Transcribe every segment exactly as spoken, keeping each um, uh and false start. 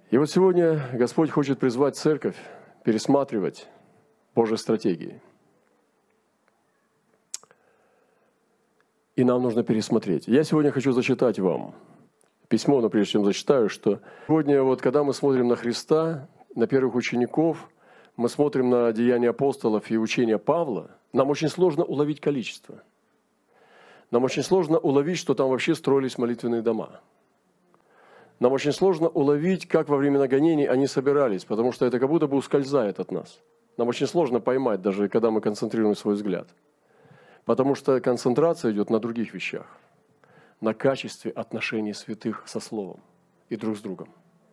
И вот сегодня Господь хочет призвать церковь пересматривать Божьи стратегии. И нам нужно пересмотреть. Я сегодня хочу зачитать вам письмо, но прежде чем зачитаю, что сегодня, вот, когда мы смотрим на Христа, на первых учеников, мы смотрим на деяния апостолов и учения Павла, нам очень сложно уловить количество. Нам очень сложно уловить, что там вообще строились молитвенные дома. Нам очень сложно уловить, как во времена гонений они собирались, потому что это как будто бы ускользает от нас. Нам очень сложно поймать, даже когда мы концентрируем свой взгляд. Потому что концентрация идет на других вещах, на качестве отношений святых со Словом и друг с другом.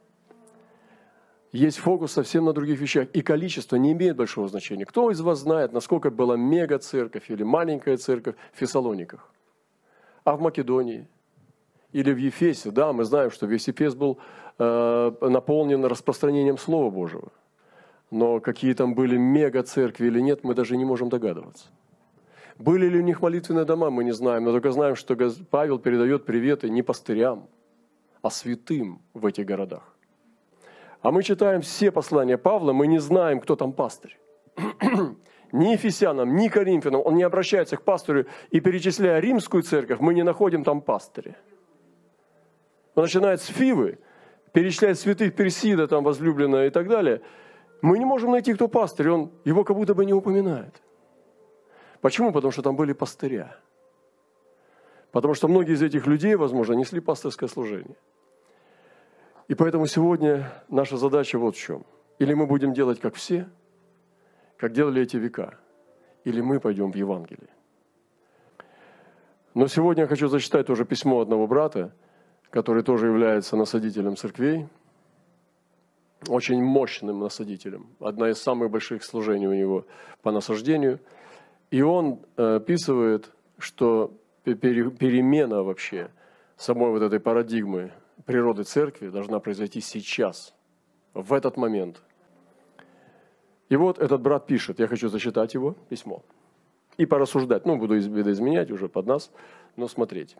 Есть фокус совсем на других вещах, и количество не имеет большого значения. Кто из вас знает, насколько была мега-церковь или маленькая церковь в Фессалониках? А в Македонии? Или в Ефесе? Да, мы знаем, что весь Ефес был э, наполнен распространением Слова Божьего. Но какие там были мега-церкви или нет, мы даже не можем догадываться. Были ли у них молитвенные дома, мы не знаем, но только знаем, что Павел передает приветы не пастырям, а святым в этих городах. А мы читаем все послания Павла, мы не знаем, кто там пастырь. Ни Ефесянам, ни Коринфянам, он не обращается к пастырю, и перечисляя римскую церковь, мы не находим там пастыря. Он начинает с Фивы, перечисляет святых Персида, там возлюбленная и так далее. Мы не можем найти, кто пастырь, он его как будто бы не упоминает. Почему? Потому что там были пастыря. Потому что многие из этих людей, возможно, несли пастырское служение. И поэтому сегодня наша задача вот в чем. Или мы будем делать как все, как делали эти века, или мы пойдем в Евангелие. Но сегодня я хочу зачитать тоже письмо одного брата, который тоже является насадителем церквей, очень мощным насадителем. Одна из самых больших служений у него по насаждению. И он описывает, что перемена вообще самой вот этой парадигмы природы церкви должна произойти сейчас, в этот момент. И вот этот брат пишет, я хочу зачитать его письмо и порассуждать. Ну, буду видоизменять уже под нас, но смотреть.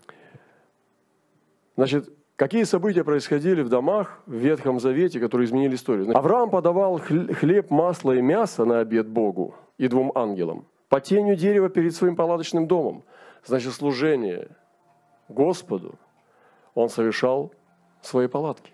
Значит, какие события происходили в домах в Ветхом Завете, которые изменили историю? Авраам подавал хлеб, масло и мясо на обед Богу и двум ангелам по тенью дерева перед своим палаточным домом. Значит, служение Господу он совершал в своей палатке.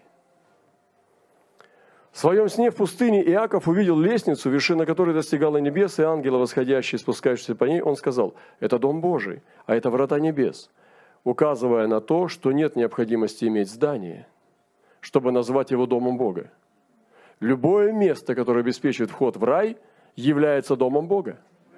В своем сне в пустыне Иаков увидел лестницу, вершина которой достигала небес, и ангела, восходящие и спускающиеся по ней. Он сказал, это дом Божий, а это врата небес, указывая на то, что нет необходимости иметь здание, чтобы назвать его домом Бога. Любое место, которое обеспечивает вход в рай, является домом Бога.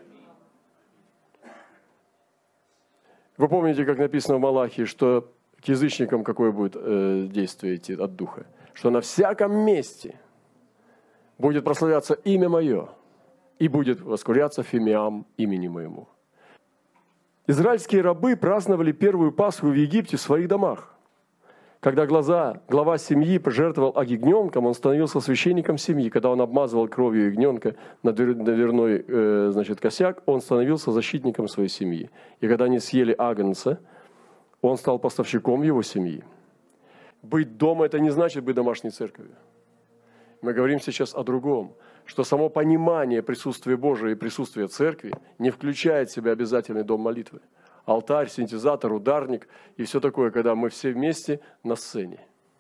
Вы помните, как написано в Малахии, что к язычникам какое будет э, действие идти от Духа? Что на всяком месте будет прославляться имя Мое и будет воскуряться фимиам имени Моему. Израильские рабы праздновали первую Пасху в Египте в своих домах. Когда глаза, глава семьи пожертвовал ягненком, он становился священником семьи. Когда он обмазывал кровью ягненка на дверной э, значит, косяк, он становился защитником своей семьи. И когда они съели агнца, он стал поставщиком его семьи. Быть дома – это не значит быть домашней церковью. Мы говорим сейчас о другом, что само понимание присутствия Божия и присутствия церкви не включает в себя обязательный дом молитвы. Алтарь, синтезатор, ударник и все такое, когда мы все вместе на сцене.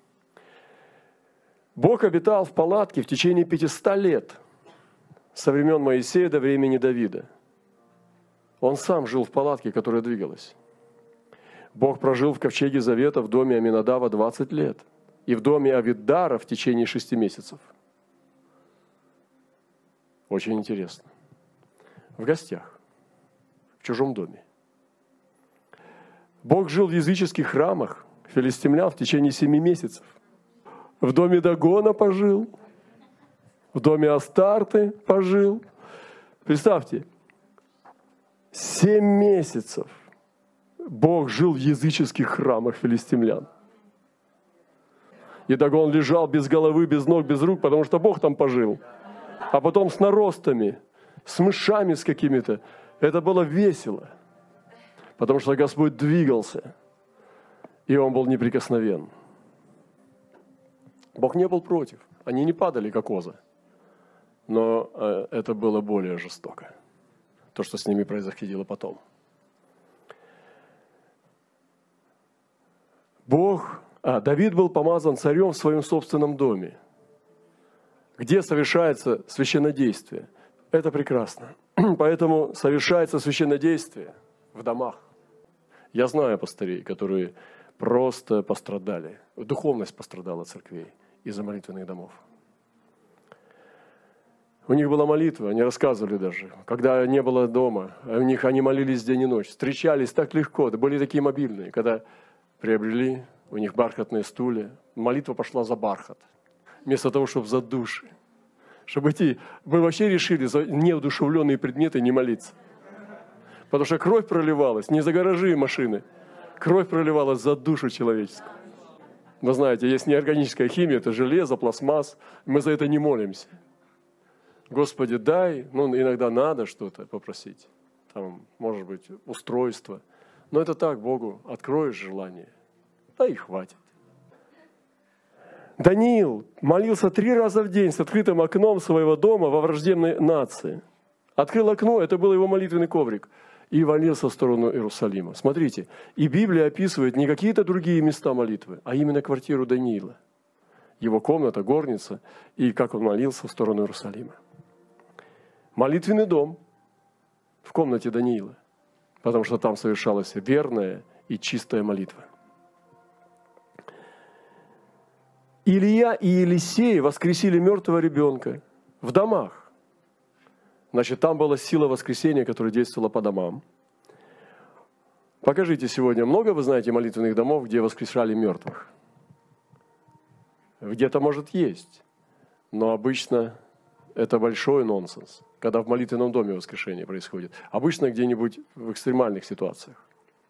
Бог обитал в палатке в течение пятисот лет, со времен Моисея до времени Давида. Он сам жил в палатке, которая двигалась. Бог прожил в ковчеге Завета в доме Аминадава двадцать лет и в доме Авиддара в течение шести месяцев. Очень интересно. В гостях, в чужом доме. Бог жил в языческих храмах филистимлян в течение семи месяцев. В доме Дагона пожил, в доме Астарты пожил. Представьте, семь месяцев Бог жил в языческих храмах филистимлян. И Дагон лежал без головы, без ног, без рук, потому что Бог там пожил. А потом с наростами, с мышами с какими-то. Это было весело. Потому что Господь двигался, и Он был неприкосновен. Бог не был против. Они не падали, как озы. Но э, это было более жестоко. То, что с ними происходило потом. Бог, а, Давид был помазан царем в своем собственном доме, где совершается священнодействие. Это прекрасно. Поэтому совершается священнодействие в домах. Я знаю пастырей, которые просто пострадали. Духовность пострадала церквей из-за молитвенных домов. У них была молитва, они рассказывали даже, когда не было дома, у них они молились день и ночь, встречались так легко, были такие мобильные, когда приобрели, у них бархатные стулья, молитва пошла за бархат, вместо того, чтобы за души. Чтобы идти, мы вообще решили за неодушевленные предметы не молиться. Потому что кровь проливалась не за гаражи и машины, кровь проливалась за душу человеческую. Вы знаете, есть неорганическая химия, это железо, пластмасс, мы за это не молимся. Господи, дай, ну иногда надо что-то попросить, там, может быть, устройство. Но это так, Богу откроешь желание, да и хватит. Даниил молился три раза в день с открытым окном своего дома во враждебной нации. Открыл окно, это был его молитвенный коврик, и молился в сторону Иерусалима. Смотрите, и Библия описывает не какие-то другие места молитвы, а именно квартиру Даниила. Его комната, горница, и как он молился в сторону Иерусалима. Молитвенный дом в комнате Даниила, потому что там совершалась верная и чистая молитва. Илия и Елисей воскресили мертвого ребенка в домах. Значит, там была сила воскресения, которая действовала по домам. Покажите сегодня, много вы знаете молитвенных домов, где воскрешали мертвых? Где-то, может, есть, но обычно это большой нонсенс, когда в молитвенном доме воскрешение происходит. Обычно где-нибудь в экстремальных ситуациях.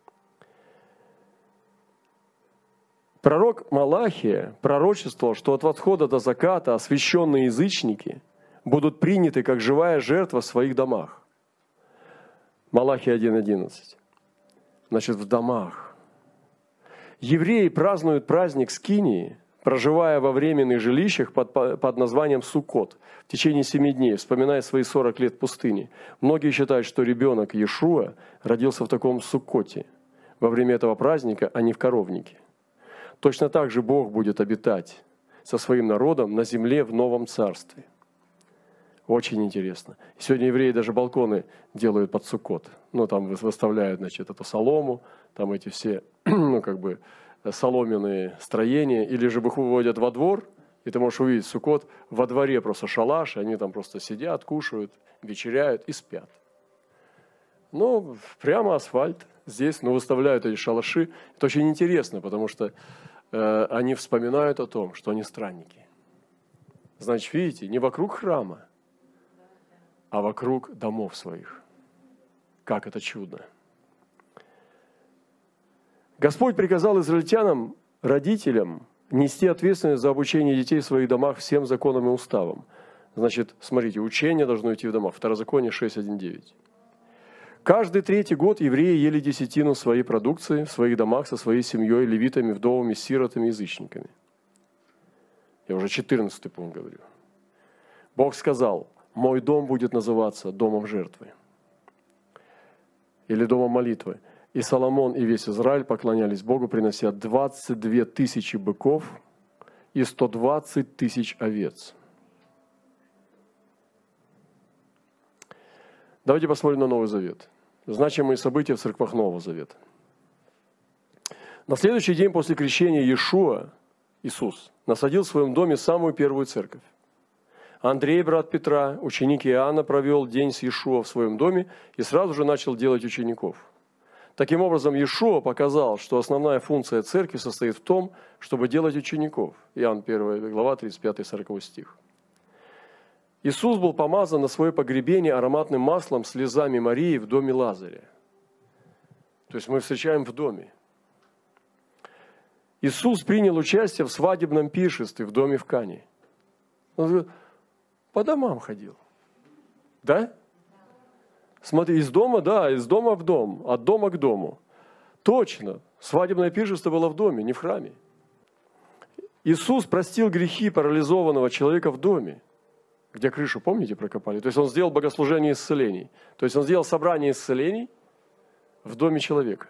Пророк Малахия пророчествовал, что от восхода до заката освященные язычники будут приняты как живая жертва в своих домах. Малахия один одиннадцать. Значит, в домах. Евреи празднуют праздник Скинии, проживая во временных жилищах под, под названием Суккот в течение семи дней, вспоминая свои сорок лет в пустыне. Многие считают, что ребенок Иешуа родился в таком Суккоте во время этого праздника, а не в коровнике. Точно так же Бог будет обитать со своим народом на земле в новом царстве. Очень интересно. Сегодня евреи даже балконы делают под Суккот. Ну, там выставляют, значит, эту солому, там эти все, ну, как бы, соломенные строения, или же их выводят во двор, и ты можешь увидеть Суккот, во дворе просто шалаш, и они там просто сидят, кушают, вечеряют и спят. Ну, прямо асфальт здесь, ну, выставляют эти шалаши. Это очень интересно, потому что э, они вспоминают о том, что они странники. Значит, видите, не вокруг храма, а вокруг домов своих. Как это чудно. Господь приказал израильтянам, родителям, нести ответственность за обучение детей в своих домах всем законам и уставам. Значит, смотрите, учение должно идти в домах. Второзаконие шесть один девять. Каждый третий год евреи ели десятину своей продукции в своих домах со своей семьей, левитами, вдовами, сиротами, язычниками. Я уже четырнадцатый пункт говорю. Бог сказал, мой дом будет называться домом жертвы или домом молитвы. И Соломон и весь Израиль поклонялись Богу, принося двадцать две тысячи быков и сто двадцать тысяч овец. Давайте посмотрим на Новый Завет. Значимые события в церквах Нового Завета. На следующий день после крещения Иешуа, Иисус, насадил в своем доме самую первую церковь. Андрей, брат Петра, ученик Иоанна, провел день с Иешуа в своем доме и сразу же начал делать учеников. Таким образом, Иешуа показал, что основная функция церкви состоит в том, чтобы делать учеников. Иоанн первая глава, тридцать пятый сороковой стих. Иисус был помазан на свое погребение ароматным маслом слезами Марии в доме Лазаря. То есть мы встречаем в доме. Иисус принял участие в свадебном пиршестве в доме в Кане. Он по домам ходил. Да? Смотри, из дома, да, из дома в дом, от дома к дому. Точно, свадебное пиршество было в доме, не в храме. Иисус простил грехи парализованного человека в доме, где крышу, помните, прокопали? То есть Он сделал богослужение исцелений. То есть Он сделал собрание исцелений в доме человека.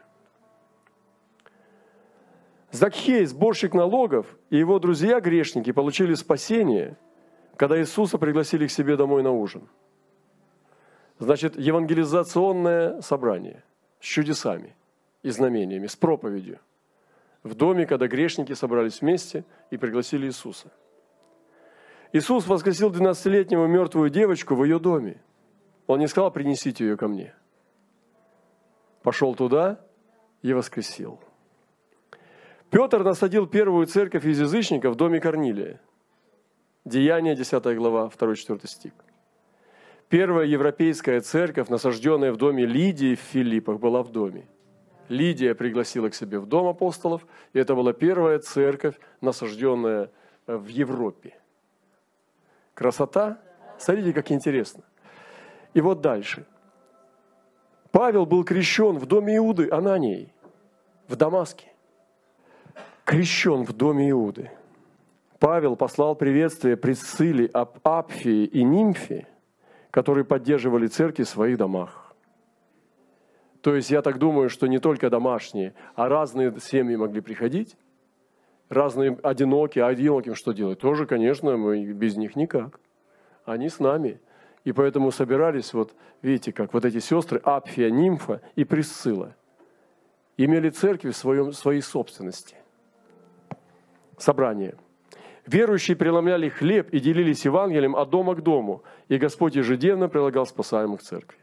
Закхей, сборщик налогов, и его друзья-грешники получили спасение, когда Иисуса пригласили к себе домой на ужин. Значит, евангелизационное собрание с чудесами и знамениями, с проповедью. В доме, когда грешники собрались вместе и пригласили Иисуса. Иисус воскресил двенадцатилетнюю мертвую девочку в ее доме. Он не сказал: принесите ее ко мне. Пошел туда и воскресил. Петр насадил первую церковь из язычников в доме Корнилия. Деяния, десятая глава, второй-четвёртый стих. Первая европейская церковь, насажденная в доме Лидии в Филиппах, была в доме. Лидия пригласила к себе в дом апостолов, и это была первая церковь, насажденная в Европе. Красота? Смотрите, как интересно. И вот дальше. Павел был крещен в доме Иуды Анании, в Дамаске. Крещен в доме Иуды. Павел послал приветствие Присцилле, Апфии и Нимфе, которые поддерживали церкви в своих домах. То есть я так думаю, что не только домашние, а разные семьи могли приходить, разные одинокие, а одиноким что делать? Тоже, конечно, мы без них никак. Они с нами. И поэтому собирались, вот видите, как вот эти сестры, Апфия, Нимфа и Присцилла, имели церкви в своем, своей собственности. Собрание. Верующие преломляли хлеб и делились Евангелием от дома к дому, и Господь ежедневно прилагал спасаемых к церкви.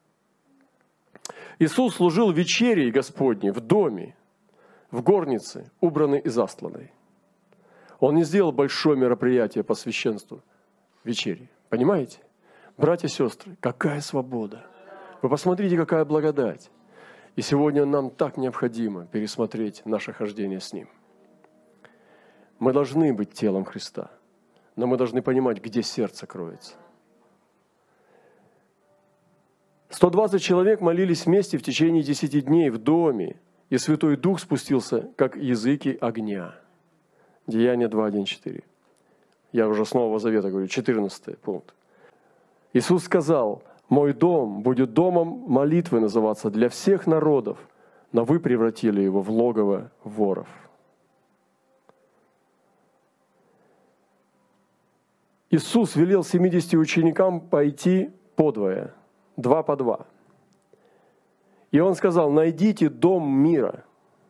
Иисус служил вечерей Господней в доме, в горнице, убранной и застланной. Он не сделал большое мероприятие по священству вечери. Понимаете? Братья и сестры, какая свобода! Вы посмотрите, какая благодать! И сегодня нам так необходимо пересмотреть наше хождение с Ним. Мы должны быть телом Христа, но мы должны понимать, где сердце кроется. сто двадцать человек молились вместе в течение десяти дней в доме, и Святой Дух спустился, как языки огня. Деяния два, один, четыре. Я уже с Нового Завета говорю, четырнадцатый пункт. Иисус сказал: «Мой дом будет домом молитвы называться для всех народов, но вы превратили его в логово воров». Иисус велел семидесяти ученикам пойти подвое, два по два. И Он сказал: найдите дом мира,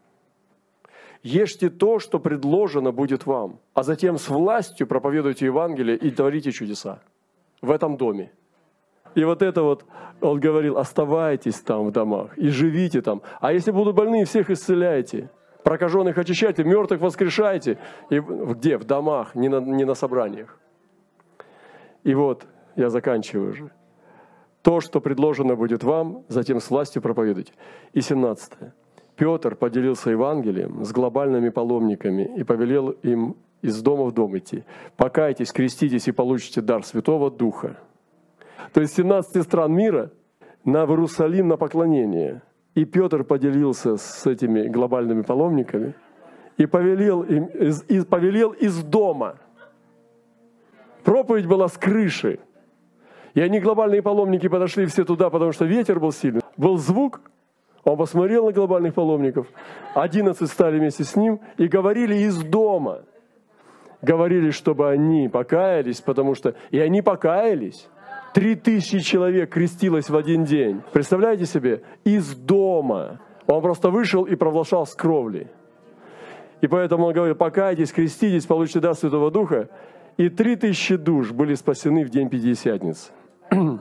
ешьте то, что предложено будет вам, а затем с властью проповедуйте Евангелие и творите чудеса в этом доме. И вот это вот, Он говорил: оставайтесь там в домах и живите там. А если будут больные, всех исцеляйте. Прокаженных очищайте, мертвых воскрешайте. И где? В домах, не на, не на собраниях. И вот, я заканчиваю уже. То, что предложено будет вам, затем с властью проповедуйте. И семнадцатое. Петр поделился Евангелием с глобальными паломниками и повелел им из дома в дом идти. Покайтесь, креститесь и получите дар Святого Духа. То есть семнадцать стран мира на в Иерусалим на поклонение. И Петр поделился с этими глобальными паломниками и повелел им из, и повелел из дома. Проповедь была с крыши. И они, глобальные паломники, подошли все туда, потому что ветер был сильный. Был звук. Он посмотрел на глобальных паломников. Одиннадцать стали вместе с ним и говорили из дома. Говорили, чтобы они покаялись, потому что... И они покаялись. Три тысячи человек крестилось в один день. Представляете себе? Из дома. Он просто вышел и провозглашал с кровли. И поэтому он говорит: покайтесь, креститесь, получите дар Святого Духа. И три тысячи душ были спасены в день Пятидесятницы. Но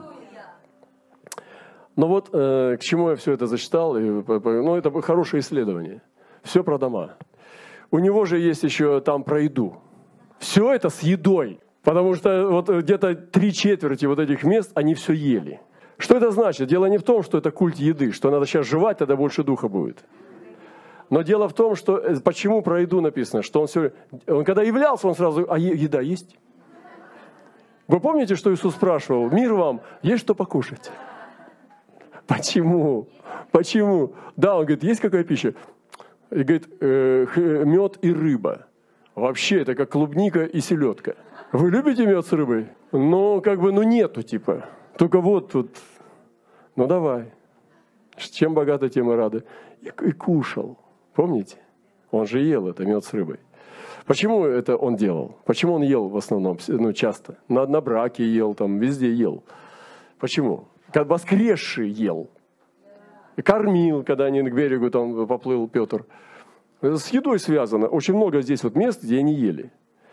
вот э, к чему я все это зачитал, и, ну, это хорошее исследование. Все про дома. У него же есть еще там про еду. Все это с едой. Потому что вот где-то три четверти вот этих мест, они все ели. Что это значит? Дело не в том, что это культ еды, что надо сейчас жевать, тогда больше духа будет. Но дело в том, что почему про еду написано, что он все, он когда являлся, он сразу: а еда есть? Вы помните, что Иисус спрашивал: мир вам, есть что покушать? Почему? Почему? Да, он говорит: есть какая пища? И говорит: э, мед и рыба. Вообще, это как клубника и селедка. Вы любите мед с рыбой? Ну, как бы, ну нету, типа. Только вот тут. Ну, давай. Чем богаты, тем и рады. И, и кушал. Помните? Он же ел это, мед с рыбой. Почему это он делал? Почему он ел в основном, ну, часто? На, на браке ел, там, везде ел. Почему? Как воскресший ел. И кормил, когда они к берегу там поплыл Петр. Это с едой связано. Очень много здесь вот мест, где они ели.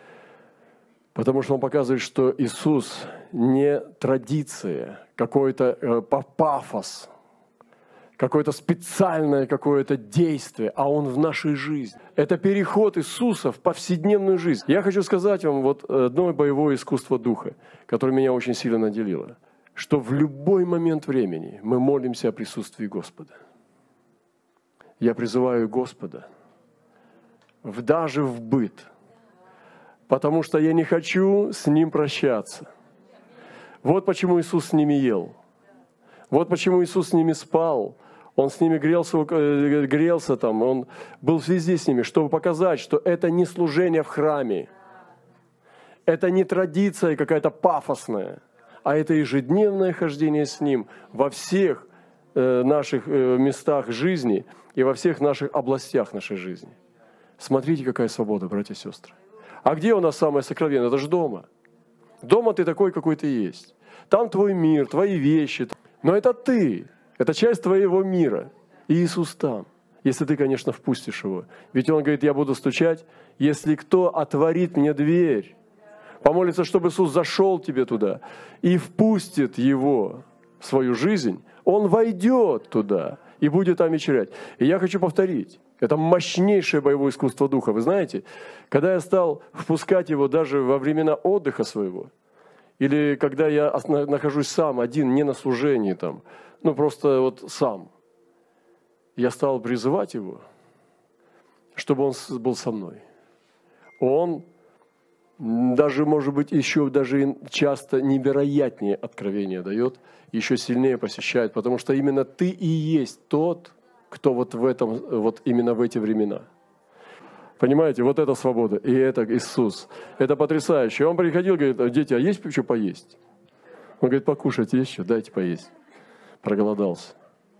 Потому что он показывает, что Иисус не традиция, какой-то э, пафос, какое-то специальное какое-то действие, а Он в нашей жизни. Это переход Иисуса в повседневную жизнь. Я хочу сказать вам вот одно боевое искусство Духа, которое меня очень сильно наделило, что в любой момент времени мы молимся о присутствии Господа. Я призываю Господа в, даже в быт, потому что я не хочу с Ним прощаться. Вот почему Иисус с ними ел. Вот почему Иисус с ними спал. Он с ними грелся, грелся там, Он был везде с ними, чтобы показать, что это не служение в храме, это не традиция какая-то пафосная, а это ежедневное хождение с Ним во всех наших местах жизни и во всех наших областях нашей жизни. Смотрите, какая свобода, братья и сестры. А где у нас самое сокровенное? Это же дома. Дома ты такой, какой ты есть. Там твой мир, твои вещи. Но это ты. Это часть твоего мира. И Иисус там. Если ты, конечно, впустишь Его. Ведь Он говорит, я буду стучать, если кто отворит мне дверь. Помолится, чтобы Иисус зашел тебе туда и впустит Его в свою жизнь. Он войдет туда и будет там вечерять. И я хочу повторить. Это мощнейшее боевое искусство Духа. Вы знаете, когда я стал впускать Его даже во времена отдыха своего, или когда я нахожусь сам, один, не на служении там, ну просто вот сам, я стал призывать Его, чтобы Он был со мной. Он даже, может быть, еще даже часто невероятнее откровения дает, еще сильнее посещает, потому что именно ты и есть тот, кто вот в этом, вот именно в эти времена. Понимаете, вот это свобода, и это Иисус. Это потрясающе. Он приходил, говорит, дети, а есть что поесть? Он говорит, покушать есть что, дайте поесть. Проголодался.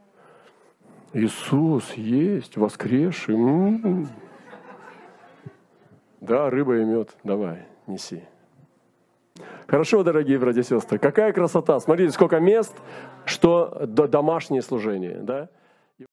Иисус есть, воскресший. М-м-м. Да, рыба и мед, давай, неси. Хорошо, дорогие братья и сестры, какая красота. Смотрите, сколько мест, что домашнее служение, да?